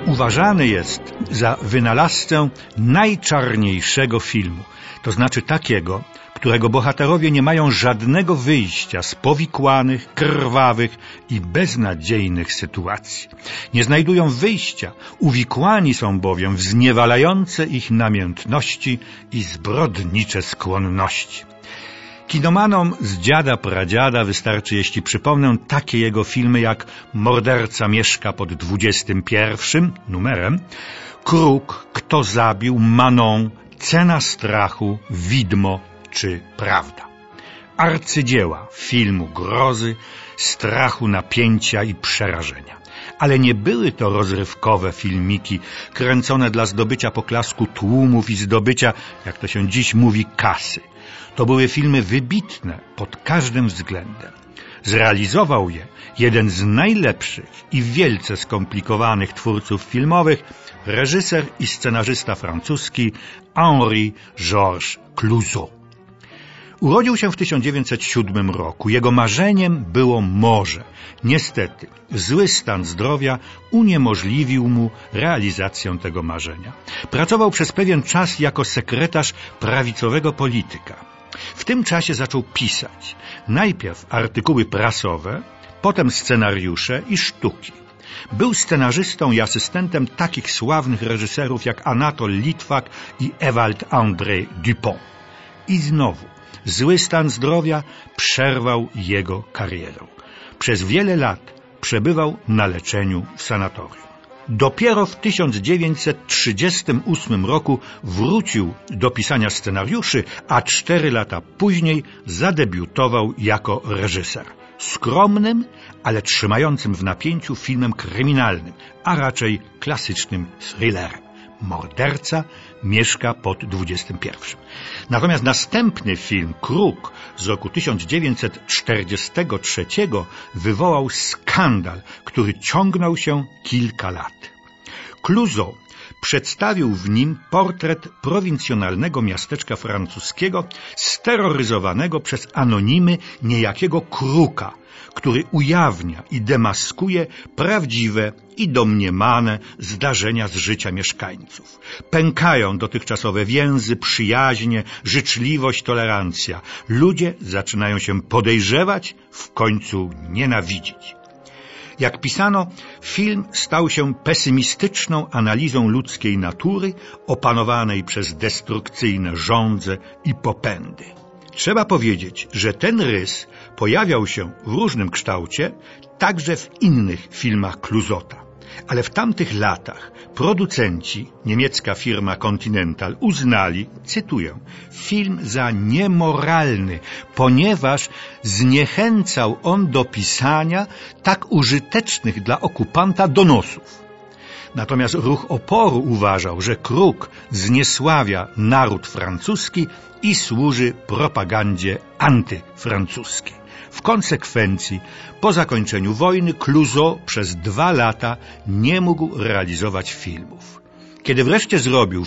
Uważany jest za wynalazcę najczarniejszego filmu, to znaczy takiego, którego bohaterowie nie mają żadnego wyjścia z powikłanych, krwawych i beznadziejnych sytuacji. Nie znajdują wyjścia, uwikłani są bowiem w zniewalające ich namiętności i zbrodnicze skłonności. Kinomanom z dziada pradziada wystarczy, jeśli przypomnę, takie jego filmy jak Morderca mieszka pod 21 numerem, Kruk, Kto zabił, Manon, Cena strachu, Widmo czy Prawda. Arcydzieła filmu grozy, strachu, napięcia i przerażenia. Ale nie były to rozrywkowe filmiki kręcone dla zdobycia poklasku tłumów i zdobycia, jak to się dziś mówi, kasy. To były filmy wybitne pod każdym względem. Zrealizował je jeden z najlepszych i wielce skomplikowanych twórców filmowych, reżyser i scenarzysta francuski Henri-Georges Clouzot. Urodził się w 1907 roku. Jego marzeniem było morze. Niestety, zły stan zdrowia uniemożliwił mu realizację tego marzenia. Pracował przez pewien czas jako sekretarz prawicowego polityka. W tym czasie zaczął pisać najpierw artykuły prasowe, potem scenariusze i sztuki. Był scenarzystą i asystentem takich sławnych reżyserów jak Anatol Litwak i Ewald André Dupont. I znowu zły stan zdrowia przerwał jego karierę. Przez wiele lat przebywał na leczeniu w sanatorium. Dopiero w 1938 roku wrócił do pisania scenariuszy, a 4 lata później zadebiutował jako reżyser. Skromnym, ale trzymającym w napięciu filmem kryminalnym, a raczej klasycznym thrillerem. Morderca mieszka pod 21. Natomiast następny film, Kruk, z roku 1943 wywołał skandal, który ciągnął się kilka lat. Clouzot przedstawił w nim portret prowincjonalnego miasteczka francuskiego steroryzowanego przez anonimy niejakiego Kruka, który ujawnia i demaskuje prawdziwe i domniemane zdarzenia z życia mieszkańców. Pękają dotychczasowe więzy, przyjaźnie, życzliwość, tolerancja. Ludzie zaczynają się podejrzewać, w końcu nienawidzić. Jak pisano, film stał się pesymistyczną analizą ludzkiej natury opanowanej przez destrukcyjne żądze i popędy. Trzeba powiedzieć, że ten rys pojawiał się w różnym kształcie także w innych filmach Clouzota. Ale w tamtych latach producenci, niemiecka firma Continental, uznali, cytuję, film za niemoralny, ponieważ zniechęcał on do pisania tak użytecznych dla okupanta donosów. Natomiast ruch oporu uważał, że Kruk zniesławia naród francuski i służy propagandzie antyfrancuskiej. W konsekwencji, po zakończeniu wojny, Clouzot przez 2 lata nie mógł realizować filmów. Kiedy wreszcie zrobił w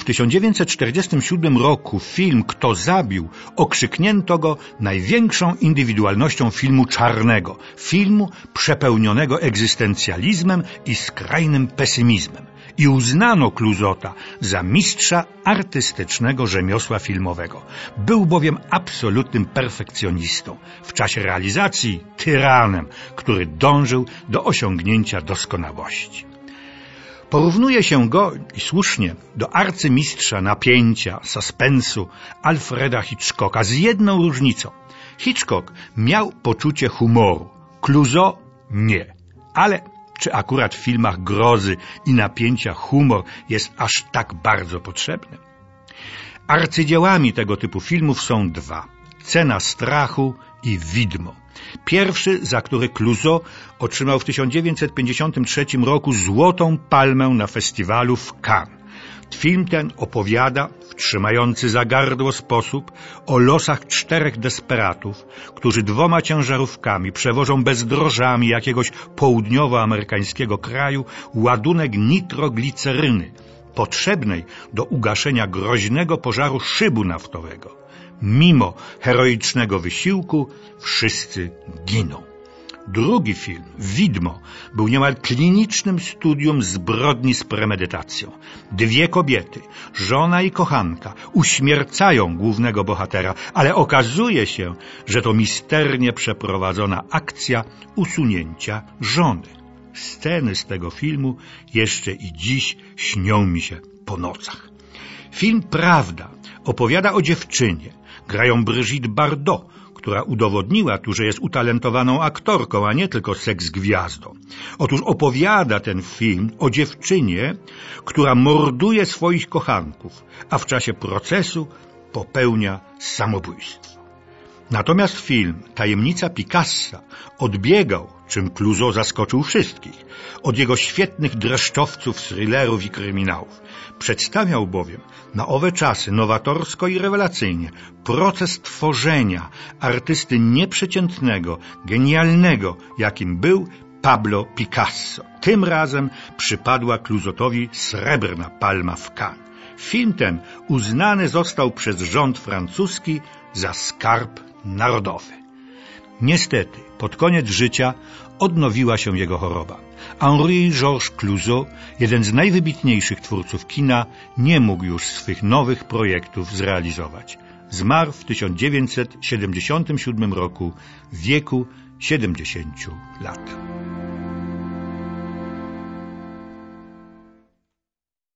1947 roku film Kto zabił, okrzyknięto go największą indywidualnością filmu czarnego, filmu przepełnionego egzystencjalizmem i skrajnym pesymizmem. I uznano Clouzota za mistrza artystycznego rzemiosła filmowego. Był bowiem absolutnym perfekcjonistą, w czasie realizacji tyranem, który dążył do osiągnięcia doskonałości. Porównuje się go, i słusznie, do arcymistrza napięcia, suspensu Alfreda Hitchcocka z jedną różnicą. Hitchcock miał poczucie humoru, Clouzot nie. Ale czy akurat w filmach grozy i napięcia humor jest aż tak bardzo potrzebny? Arcydziełami tego typu filmów są 2. Cena strachu i Widmo. Pierwszy, za który Clouzot otrzymał w 1953 roku Złotą Palmę na festiwalu w Cannes. Film ten opowiada w trzymający za gardło sposób o losach 4 desperatów, którzy 2 ciężarówkami przewożą bezdrożami jakiegoś południowoamerykańskiego kraju ładunek nitrogliceryny, potrzebnej do ugaszenia groźnego pożaru szybu naftowego. Mimo heroicznego wysiłku wszyscy giną. Drugi film, Widmo, był niemal klinicznym studium zbrodni z premedytacją. Dwie kobiety, żona i kochanka, uśmiercają głównego bohatera, ale okazuje się, że to misternie przeprowadzona akcja usunięcia żony. Sceny z tego filmu jeszcze i dziś śnią mi się po nocach. Film Prawda opowiada o dziewczynie. Grają Brigitte Bardot, która udowodniła tu, że jest utalentowaną aktorką, a nie tylko seksgwiazdą. Otóż opowiada ten film o dziewczynie, która morduje swoich kochanków, a w czasie procesu popełnia samobójstwo. Natomiast film Tajemnica Picassa odbiegał, czym Clouzot zaskoczył wszystkich, od jego świetnych dreszczowców, thrillerów i kryminałów. Przedstawiał bowiem na owe czasy nowatorsko i rewelacyjnie proces tworzenia artysty nieprzeciętnego, genialnego, jakim był Pablo Picasso. Tym razem przypadła Clousotowi srebrna palma w Cannes. Film ten uznany został przez rząd francuski za skarb narodowy. Niestety, pod koniec życia odnowiła się jego choroba. Henri-Georges Clouzot, jeden z najwybitniejszych twórców kina, nie mógł już swych nowych projektów zrealizować. Zmarł w 1977 roku w wieku 70 lat.